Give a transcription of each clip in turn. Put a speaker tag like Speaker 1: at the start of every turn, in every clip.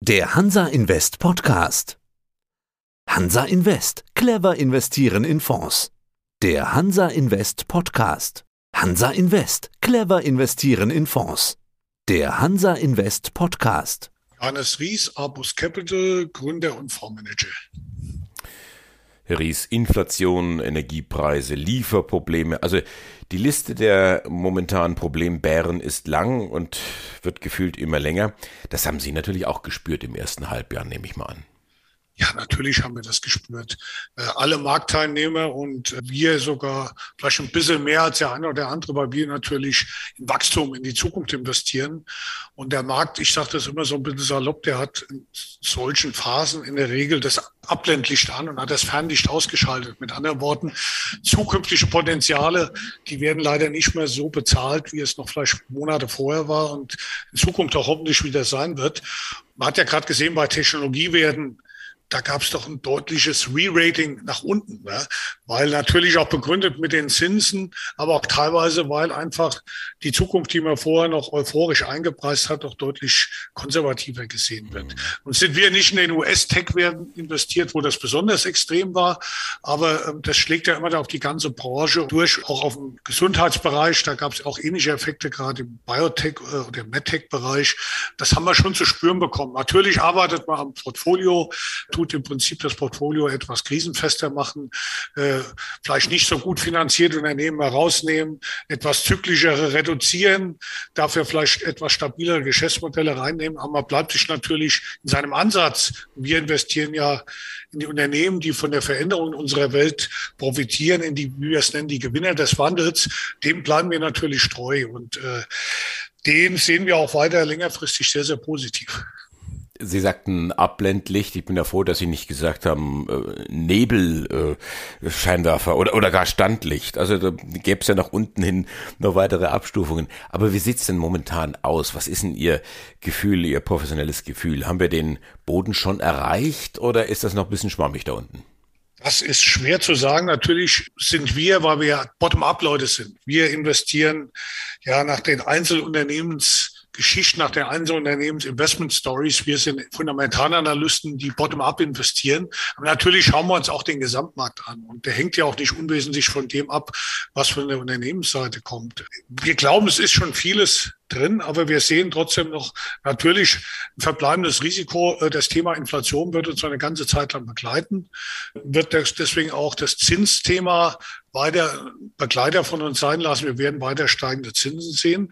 Speaker 1: Der Hansa Invest Podcast. Hansa Invest. Clever investieren in Fonds. Der Hansa Invest Podcast. Hansa Invest. Clever investieren in Fonds. Der Hansa Invest Podcast.
Speaker 2: Johannes Ries, Abus Capital, Gründer und Fondsmanager.
Speaker 3: Herr Ries, Inflation, Energiepreise, Lieferprobleme, also die Liste der momentanen Problembären ist lang und wird gefühlt immer länger. Das haben Sie natürlich auch gespürt im ersten Halbjahr, nehme ich mal an.
Speaker 2: Ja, natürlich haben wir das gespürt. Alle Marktteilnehmer und wir sogar vielleicht ein bisschen mehr als der eine oder andere, weil wir natürlich in Wachstum in die Zukunft investieren. Und der Markt, ich sage das immer so ein bisschen salopp, der hat in solchen Phasen in der Regel das Abblendlicht an und hat das Fernlicht ausgeschaltet. Mit anderen Worten, zukünftige Potenziale, die werden leider nicht mehr so bezahlt, wie es noch vielleicht Monate vorher war und in Zukunft auch hoffentlich wieder sein wird. Man hat ja gerade gesehen, bei Technologiewerten, da gab es doch ein deutliches Re-Rating nach unten, ne? Weil natürlich auch begründet mit den Zinsen, aber auch teilweise, weil einfach die Zukunft, die man vorher noch euphorisch eingepreist hat, auch deutlich konservativer gesehen wird. Und sind wir nicht in den US-Tech-Werten investiert, wo das besonders extrem war, aber das schlägt ja immer da auf die ganze Branche durch, auch auf den Gesundheitsbereich, da gab es auch ähnliche Effekte, gerade im Biotech- oder MedTech-Bereich. Das haben wir schon zu spüren bekommen. Natürlich arbeitet man am Portfolio, tut im Prinzip das Portfolio etwas krisenfester machen, vielleicht nicht so gut finanzierte Unternehmen herausnehmen, etwas zyklischere reduzieren, dafür vielleicht etwas stabilere Geschäftsmodelle reinnehmen, aber man bleibt sich natürlich in seinem Ansatz. Wir investieren ja in die Unternehmen, die von der Veränderung in unserer Welt profitieren, in die, wie wir es nennen, die Gewinner des Wandels. Dem bleiben wir natürlich treu und den sehen wir auch weiter längerfristig sehr, sehr positiv.
Speaker 3: Sie sagten Abblendlicht. Ich bin ja froh, dass Sie nicht gesagt haben Nebelscheinwerfer oder gar Standlicht. Also da gäbe es ja nach unten hin noch weitere Abstufungen. Aber wie sieht's denn momentan aus? Was ist denn Ihr Gefühl, Ihr professionelles Gefühl? Haben wir den Boden schon erreicht oder ist das noch ein bisschen schwammig da unten?
Speaker 2: Das ist schwer zu sagen. Natürlich sind wir, weil wir ja Bottom-up-Leute sind. Wir investieren ja nach den Einzelunternehmensgeschichten, nach den Einzelunternehmens-Investment-Stories. Wir sind Fundamentalanalysten, die bottom-up investieren. Aber natürlich schauen wir uns auch den Gesamtmarkt an. Und der hängt ja auch nicht unwesentlich von dem ab, was von der Unternehmensseite kommt. Wir glauben, es ist schon vieles drin, aber wir sehen trotzdem noch natürlich ein verbleibendes Risiko. Das Thema Inflation wird uns eine ganze Zeit lang begleiten, wird deswegen auch das Zinsthema weiter Begleiter von uns sein lassen. Wir werden weiter steigende Zinsen sehen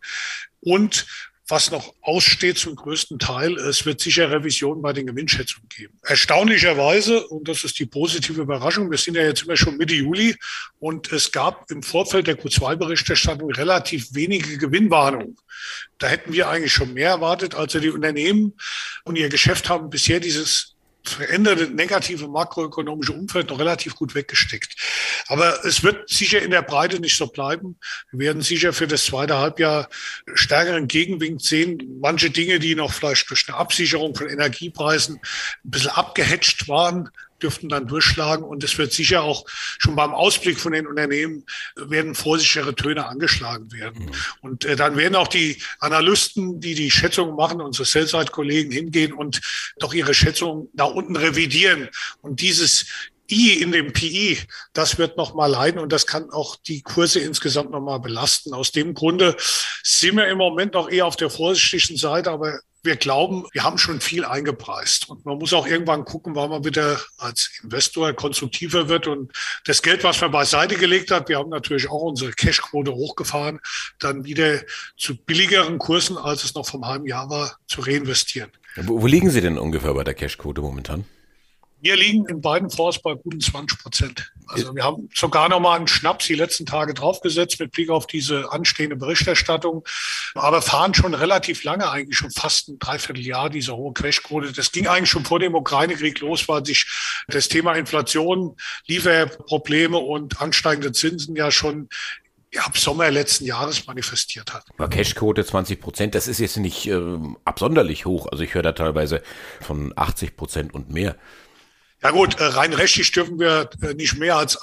Speaker 2: und was noch aussteht zum größten Teil, es wird sicher Revisionen bei den Gewinnschätzungen geben. Erstaunlicherweise, und das ist die positive Überraschung, wir sind ja jetzt immer schon Mitte Juli und es gab im Vorfeld der Q2-Berichterstattung relativ wenige Gewinnwarnungen. Da hätten wir eigentlich schon mehr erwartet. Also die Unternehmen und ihr Geschäft haben bisher dieses veränderte negative makroökonomische Umfeld noch relativ gut weggesteckt. Aber es wird sicher in der Breite nicht so bleiben. Wir werden sicher für das zweite Halbjahr stärkeren Gegenwind sehen. Manche Dinge, die noch vielleicht durch eine Absicherung von Energiepreisen ein bisschen abgehatcht waren, dürften dann durchschlagen. Und es wird sicher auch schon beim Ausblick von den Unternehmen werden vorsichtigere Töne angeschlagen werden. Und dann werden auch die Analysten, die die Schätzungen machen, unsere Sell-Side-Kollegen hingehen und doch ihre Schätzungen nach unten revidieren. Und dieses I in dem PI, das wird nochmal leiden und das kann auch die Kurse insgesamt nochmal belasten. Aus dem Grunde sind wir im Moment noch eher auf der vorsichtigen Seite, aber wir glauben, wir haben schon viel eingepreist und man muss auch irgendwann gucken, wann man wieder als Investor konstruktiver wird und das Geld, was man beiseite gelegt hat, wir haben natürlich auch unsere Cashquote hochgefahren, dann wieder zu billigeren Kursen, als es noch vom halben Jahr war, zu reinvestieren.
Speaker 3: Wo liegen Sie denn ungefähr bei der Cashquote momentan?
Speaker 2: Wir liegen in beiden Fonds bei guten 20%. Also wir haben sogar noch mal einen Schnaps die letzten Tage draufgesetzt mit Blick auf diese anstehende Berichterstattung. Aber fahren schon relativ lange, eigentlich schon fast ein Dreivierteljahr, diese hohe Cashquote. Das ging eigentlich schon vor dem Ukraine-Krieg los, weil sich das Thema Inflation, Lieferprobleme und ansteigende Zinsen ja schon ab Sommer letzten Jahres manifestiert hat.
Speaker 3: Cashquote 20%, das ist jetzt nicht absonderlich hoch. Also ich höre da teilweise von 80% und mehr.
Speaker 2: Ja gut, rein rechtlich dürfen wir nicht mehr als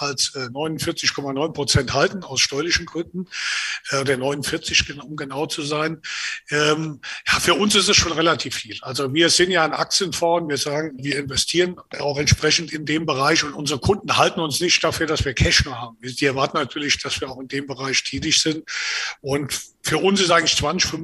Speaker 2: 49,9% halten, aus steuerlichen Gründen, oder 49, um genau zu sein. Ja, für uns ist es schon relativ viel. Also wir sind ja ein Aktienfonds, wir sagen, wir investieren auch entsprechend in dem Bereich und unsere Kunden halten uns nicht dafür, dass wir Cash nur haben. Die erwarten natürlich, dass wir auch in dem Bereich tätig sind. Und für uns ist eigentlich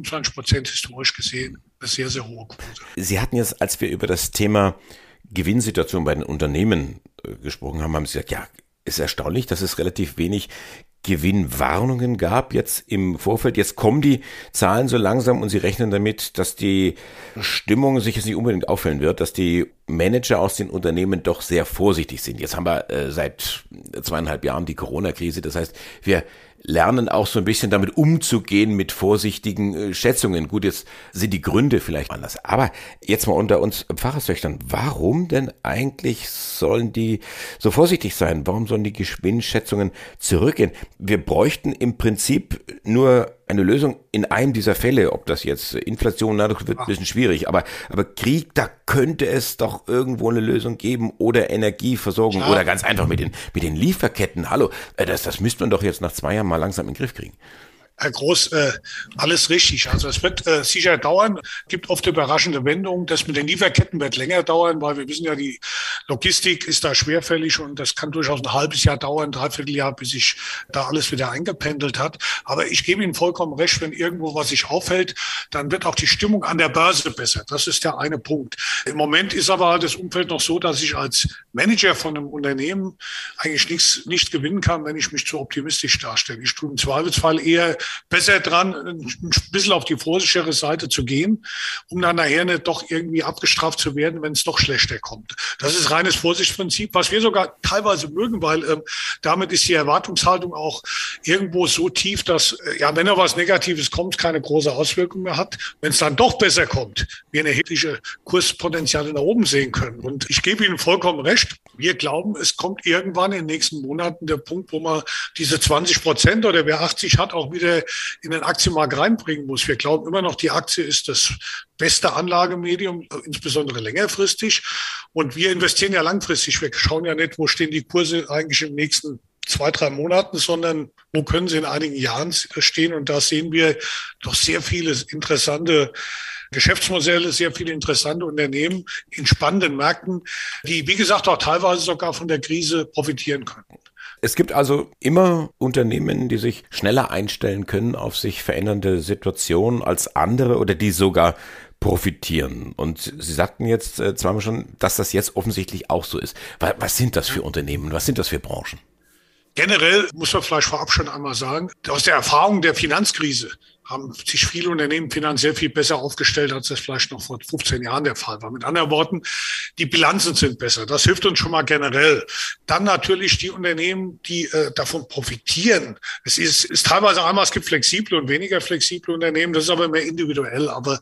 Speaker 2: 25% historisch gesehen eine sehr, sehr hohe Quote.
Speaker 3: Sie hatten jetzt, als wir über das Thema Gewinnsituation bei den Unternehmen gesprochen haben, haben Sie gesagt, ja, ist erstaunlich, dass es relativ wenig Gewinnwarnungen gab jetzt im Vorfeld. Jetzt kommen die Zahlen so langsam und Sie rechnen damit, dass die Stimmung sich jetzt nicht unbedingt auffällen wird, dass die Manager aus den Unternehmen doch sehr vorsichtig sind. Jetzt haben wir seit 2,5 Jahren die Corona-Krise. Das heißt, wir lernen auch so ein bisschen damit umzugehen mit vorsichtigen Schätzungen. Gut, jetzt sind die Gründe vielleicht anders. Aber jetzt mal unter uns Pfarrerstöchtern, warum denn eigentlich sollen die so vorsichtig sein? Warum sollen die Gewinnschätzungen zurückgehen? Wir bräuchten im Prinzip nur eine Lösung in einem dieser Fälle, ob das jetzt Inflation, na, das wird ein bisschen schwierig, aber Krieg, da könnte es doch irgendwo eine Lösung geben oder Energieversorgung oder ganz einfach mit den Lieferketten. Hallo, das müsste man doch jetzt nach 2 Jahren mal langsam in den Griff kriegen.
Speaker 2: Herr Groß, alles richtig. Also es wird sicher dauern. Gibt oft überraschende Wendungen. Das mit den Lieferketten wird länger dauern, weil wir wissen ja, die Logistik ist da schwerfällig und das kann durchaus ein halbes Jahr dauern, 3/4 Jahr, bis sich da alles wieder eingependelt hat. Aber ich gebe Ihnen vollkommen recht, wenn irgendwo was sich aufhält, dann wird auch die Stimmung an der Börse besser. Das ist der eine Punkt. Im Moment ist aber das Umfeld noch so, dass ich als Manager von einem Unternehmen eigentlich nichts gewinnen kann, wenn ich mich zu optimistisch darstelle. Ich tue im Zweifelsfall eher besser dran, ein bisschen auf die vorsichtigere Seite zu gehen, um dann nachher nicht doch irgendwie abgestraft zu werden, wenn es doch schlechter kommt. Das ist reines Vorsichtsprinzip, was wir sogar teilweise mögen, weil damit ist die Erwartungshaltung auch irgendwo so tief, dass, ja, wenn da was Negatives kommt, keine große Auswirkung mehr hat. Wenn es dann doch besser kommt, wir eine erhebliche Kurspotenziale nach oben sehen können. Und ich gebe Ihnen vollkommen recht. Wir glauben, es kommt irgendwann in den nächsten Monaten der Punkt, wo man diese 20% oder wer 80 hat, auch wieder in den Aktienmarkt reinbringen muss. Wir glauben immer noch, die Aktie ist das beste Anlagemedium, insbesondere längerfristig. Und wir investieren ja langfristig. Wir schauen ja nicht, wo stehen die Kurse eigentlich im nächsten 2-3 Monaten, sondern wo können sie in einigen Jahren stehen. Und da sehen wir doch sehr viele interessante Geschäftsmodelle, sehr viele interessante Unternehmen in spannenden Märkten, die, wie gesagt, auch teilweise sogar von der Krise profitieren können.
Speaker 3: Es gibt also immer Unternehmen, die sich schneller einstellen können auf sich verändernde Situationen als andere oder die sogar profitieren. Und Sie sagten jetzt zweimal schon, dass das jetzt offensichtlich auch so ist. Was sind das für Unternehmen? Was sind das für Branchen?
Speaker 2: Generell muss man vielleicht vorab schon einmal sagen, aus der Erfahrung der Finanzkrise haben sich viele Unternehmen finanziell viel besser aufgestellt, als das vielleicht noch vor 15 Jahren der Fall war. Mit anderen Worten, die Bilanzen sind besser. Das hilft uns schon mal generell. Dann natürlich die Unternehmen, die davon profitieren. Es ist teilweise einmal, es gibt flexible und weniger flexible Unternehmen, das ist aber mehr individuell. Aber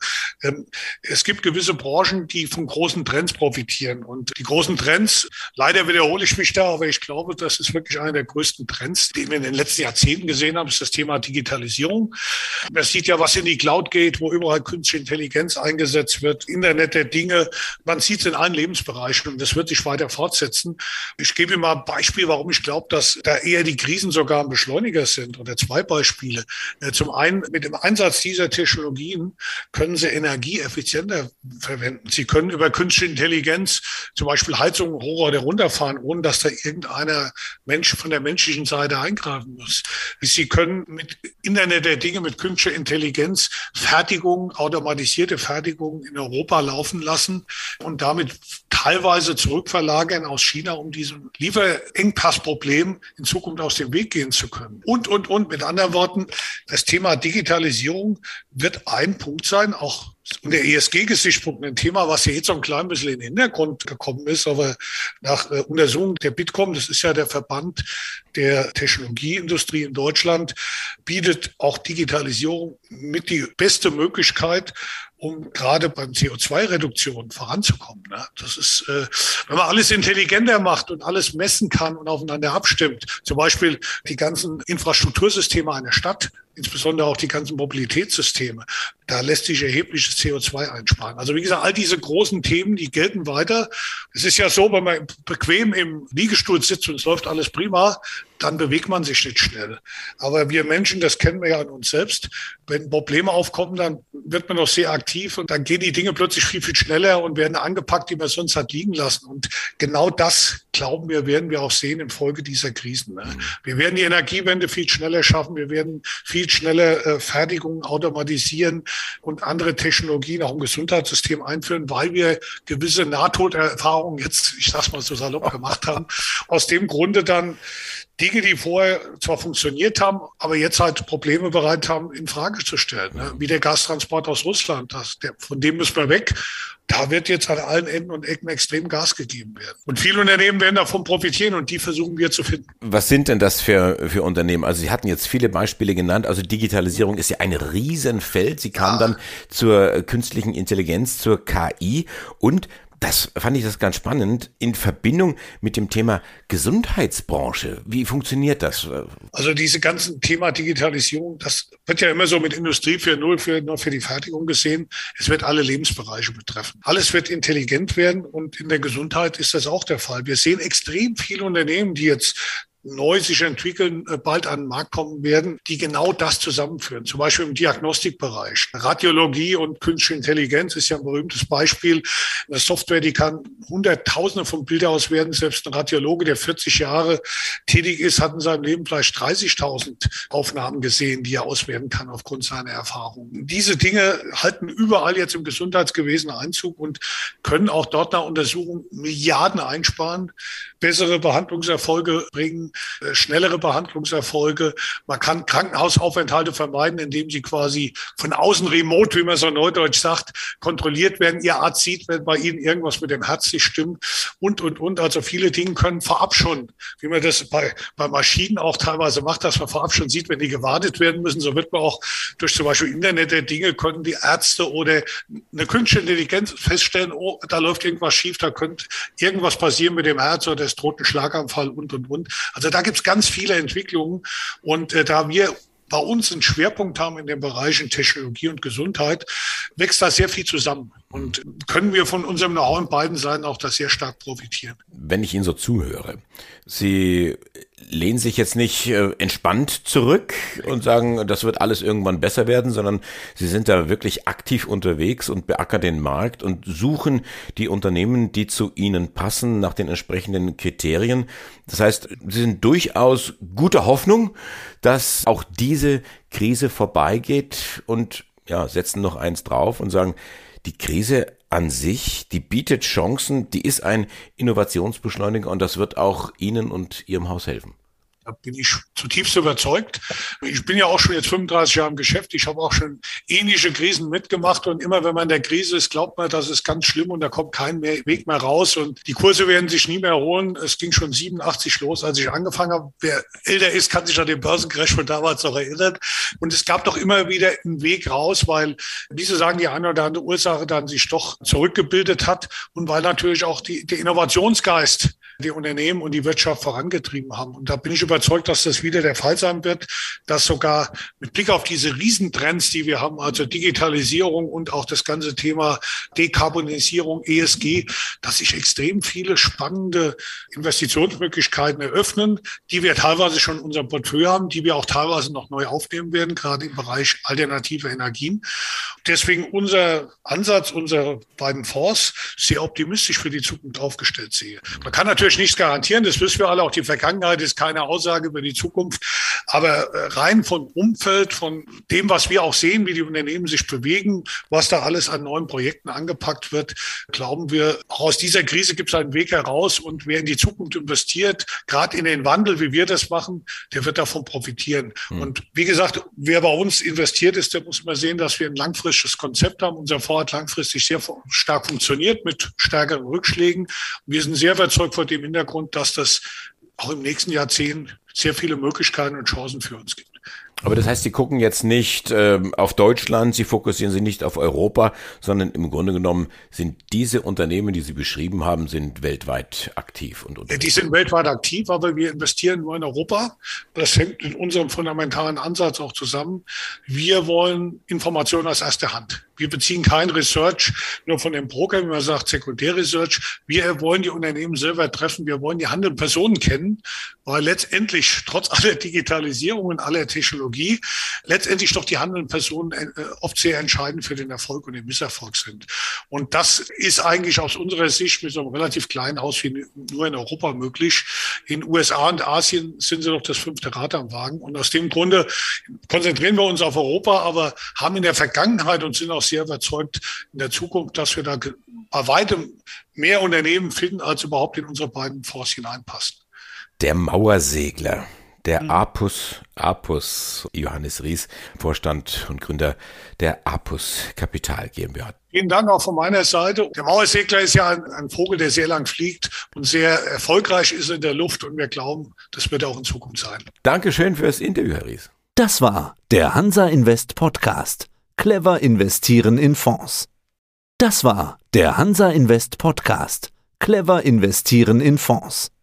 Speaker 2: es gibt gewisse Branchen, die von großen Trends profitieren. Und die großen Trends, leider wiederhole ich mich da, aber ich glaube, das ist wirklich einer der größten Trends, den wir in den letzten Jahrzehnten gesehen haben, ist das Thema Digitalisierung. Man sieht ja, was in die Cloud geht, wo überall künstliche Intelligenz eingesetzt wird, Internet der Dinge. Man sieht es in allen Lebensbereichen und das wird sich weiter fortsetzen. Ich gebe Ihnen mal ein Beispiel, warum ich glaube, dass da eher die Krisen sogar ein Beschleuniger sind oder 2 Beispiele. Zum einen, mit dem Einsatz dieser Technologien können Sie Energie effizienter verwenden. Sie können über künstliche Intelligenz zum Beispiel Heizungen hoch oder runterfahren, ohne dass da irgendeiner Mensch von der menschlichen Seite eingreifen muss. Sie können mit Internet der Dinge, mit künstlicher Intelligenz Fertigung, automatisierte Fertigung in Europa laufen lassen und damit teilweise zurückverlagern aus China, um diesem Lieferengpassproblem in Zukunft aus dem Weg gehen zu können. Und. Mit anderen Worten, das Thema Digitalisierung wird ein Punkt sein, auch unter ESG-Gesichtspunkten ein Thema, was ja jetzt so ein klein bisschen in den Hintergrund gekommen ist, aber nach Untersuchung der Bitkom, das ist ja der Verband der Technologieindustrie in Deutschland, bietet auch Digitalisierung mit die beste Möglichkeit, um gerade beim CO2-Reduktion voranzukommen. Das ist, wenn man alles intelligenter macht und alles messen kann und aufeinander abstimmt, zum Beispiel die ganzen Infrastruktursysteme einer Stadt, insbesondere auch die ganzen Mobilitätssysteme. Da lässt sich erhebliches CO2 einsparen. Also wie gesagt, all diese großen Themen, die gelten weiter. Es ist ja so, wenn man bequem im Liegestuhl sitzt und es läuft alles prima, dann bewegt man sich nicht schnell. Aber wir Menschen, das kennen wir ja an uns selbst, wenn Probleme aufkommen, dann wird man doch sehr aktiv und dann gehen die Dinge plötzlich viel, viel schneller und werden angepackt, die man sonst hat liegen lassen. Und genau das, glauben wir, werden wir auch sehen infolge dieser Krisen. Wir werden die Energiewende viel schneller schaffen. Wir werden viel schneller Fertigungen automatisieren und andere Technologien auch im Gesundheitssystem einführen, weil wir gewisse Nahtoderfahrungen jetzt, ich sag's mal so salopp, gemacht haben. Aus dem Grunde dann Dinge, die vorher zwar funktioniert haben, aber jetzt halt Probleme bereit haben, in Frage zu stellen. Wie der Gastransport aus Russland. Von dem müssen wir weg. Da wird jetzt an allen Enden und Ecken extrem Gas gegeben werden. Und viele Unternehmen werden davon profitieren und die versuchen wir zu finden.
Speaker 3: Was sind denn das für Unternehmen? Also Sie hatten jetzt viele Beispiele genannt. Also Digitalisierung ist ja ein Riesenfeld. Sie kamen dann zur künstlichen Intelligenz, zur KI und das fand ich das ganz spannend, in Verbindung mit dem Thema Gesundheitsbranche. Wie funktioniert das?
Speaker 2: Also diese ganzen Thema Digitalisierung, das wird ja immer so mit Industrie 4.0 nur für die Fertigung gesehen. Es wird alle Lebensbereiche betreffen. Alles wird intelligent werden und in der Gesundheit ist das auch der Fall. Wir sehen extrem viele Unternehmen, die jetzt neu sich entwickeln, bald an den Markt kommen werden, die genau das zusammenführen. Zum Beispiel im Diagnostikbereich. Radiologie und künstliche Intelligenz ist ja ein berühmtes Beispiel. Eine Software, die kann Hunderttausende von Bildern auswerten. Selbst ein Radiologe, der 40 Jahre tätig ist, hat in seinem Leben vielleicht 30.000 Aufnahmen gesehen, die er auswerten kann aufgrund seiner Erfahrung. Diese Dinge halten überall jetzt im Gesundheitswesen Einzug und können auch dort nach Untersuchungen Milliarden einsparen, bessere Behandlungserfolge bringen, schnellere Behandlungserfolge. Man kann Krankenhausaufenthalte vermeiden, indem sie quasi von außen remote, wie man so neudeutsch sagt, kontrolliert werden. Ihr Arzt sieht, wenn bei Ihnen irgendwas mit dem Herz nicht stimmt und. Also viele Dinge können vorab schon, wie man das bei Maschinen auch teilweise macht, dass man vorab schon sieht, wenn die gewartet werden müssen. So wird man auch durch zum Beispiel Internet der Dinge, können die Ärzte oder eine künstliche Intelligenz feststellen, oh, da läuft irgendwas schief, da könnte irgendwas passieren mit dem Herz oder es droht ein Schlaganfall und. Also da gibt es ganz viele Entwicklungen und da wir bei uns einen Schwerpunkt haben in den Bereichen Technologie und Gesundheit, wächst da sehr viel zusammen und können wir von unserem Know-how in beiden Seiten auch da sehr stark profitieren.
Speaker 3: Wenn ich Ihnen so zuhöre, Sie lehnen sich jetzt nicht entspannt zurück und sagen, das wird alles irgendwann besser werden, sondern Sie sind da wirklich aktiv unterwegs und beackern den Markt und suchen die Unternehmen, die zu Ihnen passen, nach den entsprechenden Kriterien. Das heißt, Sie sind durchaus guter Hoffnung, dass auch diese Krise vorbeigeht und ja, setzen noch eins drauf und sagen, die Krise an sich, die bietet Chancen, die ist ein Innovationsbeschleuniger und das wird auch Ihnen und Ihrem Haus helfen.
Speaker 2: Da bin ich zutiefst überzeugt. Ich bin ja auch schon jetzt 35 Jahre im Geschäft. Ich habe auch schon ähnliche Krisen mitgemacht. Und immer wenn man in der Krise ist, glaubt man, das ist ganz schlimm und da kommt kein Weg mehr raus. Und die Kurse werden sich nie mehr erholen. Es ging schon 87 los, als ich angefangen habe. Wer älter ist, kann sich an den Börsencrash von damals noch erinnern. Und es gab doch immer wieder einen Weg raus, weil, wie Sie sagen, die eine oder andere Ursache dann sich doch zurückgebildet hat. Und weil natürlich auch der Innovationsgeist die Unternehmen und die Wirtschaft vorangetrieben haben. Und da bin ich überzeugt, dass das wieder der Fall sein wird, dass sogar mit Blick auf diese Riesentrends, die wir haben, also Digitalisierung und auch das ganze Thema Dekarbonisierung, ESG, dass sich extrem viele spannende Investitionsmöglichkeiten eröffnen, die wir teilweise schon in unserem Portfolio haben, die wir auch teilweise noch neu aufnehmen werden, gerade im Bereich alternative Energien. Deswegen unser Ansatz, unsere beiden Fonds, sehr optimistisch für die Zukunft aufgestellt sehe. Man kann natürlich nichts garantieren, das wissen wir alle, auch die Vergangenheit ist keine Aussage über die Zukunft, aber rein vom Umfeld, von dem, was wir auch sehen, wie die Unternehmen sich bewegen, was da alles an neuen Projekten angepackt wird, glauben wir, auch aus dieser Krise gibt es einen Weg heraus und wer in die Zukunft investiert, gerade in den Wandel, wie wir das machen, der wird davon profitieren. Und wie gesagt, wer bei uns investiert ist, der muss immer sehen, dass wir ein langfristiges Konzept haben. Unser Fonds hat langfristig sehr stark funktioniert mit stärkeren Rückschlägen. Wir sind sehr überzeugt vor dem Hintergrund, dass das auch im nächsten Jahrzehnt sehr viele Möglichkeiten und Chancen für uns gibt.
Speaker 3: Aber das heißt, Sie gucken jetzt nicht auf Deutschland, Sie fokussieren sich nicht auf Europa, sondern im Grunde genommen sind diese Unternehmen, die Sie beschrieben haben, sind weltweit aktiv und unterwegs.
Speaker 2: Die sind weltweit aktiv, aber wir investieren nur in Europa. Das hängt mit unserem fundamentalen Ansatz auch zusammen. Wir wollen Informationen aus erster Hand. Wir beziehen kein Research nur von dem Broker, wie man sagt, Sekundärresearch. Wir wollen die Unternehmen selber treffen. Wir wollen die handelnden Personen kennen, weil letztendlich, trotz aller Digitalisierung und aller Technologie, letztendlich doch die handelnden Personen oft sehr entscheidend für den Erfolg und den Misserfolg sind. Und das ist eigentlich aus unserer Sicht mit so einem relativ kleinen Haus wie nur in Europa möglich. In USA und Asien sind sie doch das 5. Rad am Wagen. Und aus dem Grunde konzentrieren wir uns auf Europa, aber haben in der Vergangenheit und sind auch sehr überzeugt in der Zukunft, dass wir da bei weitem mehr Unternehmen finden, als überhaupt in unsere beiden Fonds hineinpassen.
Speaker 3: Der Mauersegler, der Apus, Johannes Ries, Vorstand und Gründer der Apus Kapital GmbH.
Speaker 2: Vielen Dank auch von meiner Seite. Der Mauersegler ist ja ein Vogel, der sehr lang fliegt und sehr erfolgreich ist in der Luft. Und wir glauben, das wird auch in Zukunft sein.
Speaker 3: Dankeschön fürs Interview, Herr Ries.
Speaker 1: Das war der Hansa Invest Podcast. Clever investieren in Fonds. Das war der Hansa Invest Podcast. Clever investieren in Fonds.